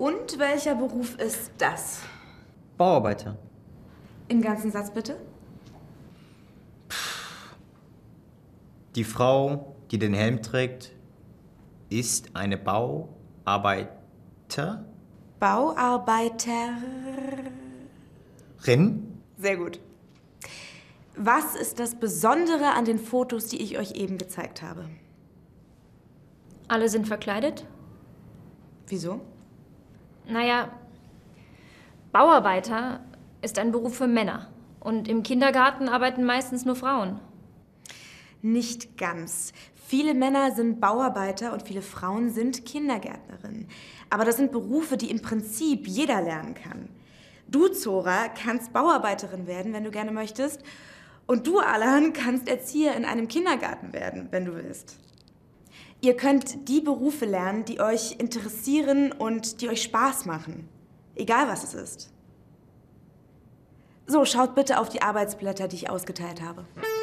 Und welcher Beruf ist das? Bauarbeiter. Im ganzen Satz bitte. Die Frau, die den Helm trägt, ist eine Bauarbeiter? Bauarbeiterin? Sehr gut. Was ist das Besondere an den Fotos, die ich euch eben gezeigt habe? Alle sind verkleidet? Wieso? Naja, Bauarbeiter ist ein Beruf für Männer. Und im Kindergarten arbeiten meistens nur Frauen. Nicht ganz. Viele Männer sind Bauarbeiter und viele Frauen sind Kindergärtnerinnen. Aber das sind Berufe, die im Prinzip jeder lernen kann. Du, Zora, kannst Bauarbeiterin werden, wenn du gerne möchtest. Und du, Alan, kannst Erzieher in einem Kindergarten werden, wenn du willst. Ihr könnt die Berufe lernen, die euch interessieren und die euch Spaß machen. Egal, was es ist. So, schaut bitte auf die Arbeitsblätter, die ich ausgeteilt habe.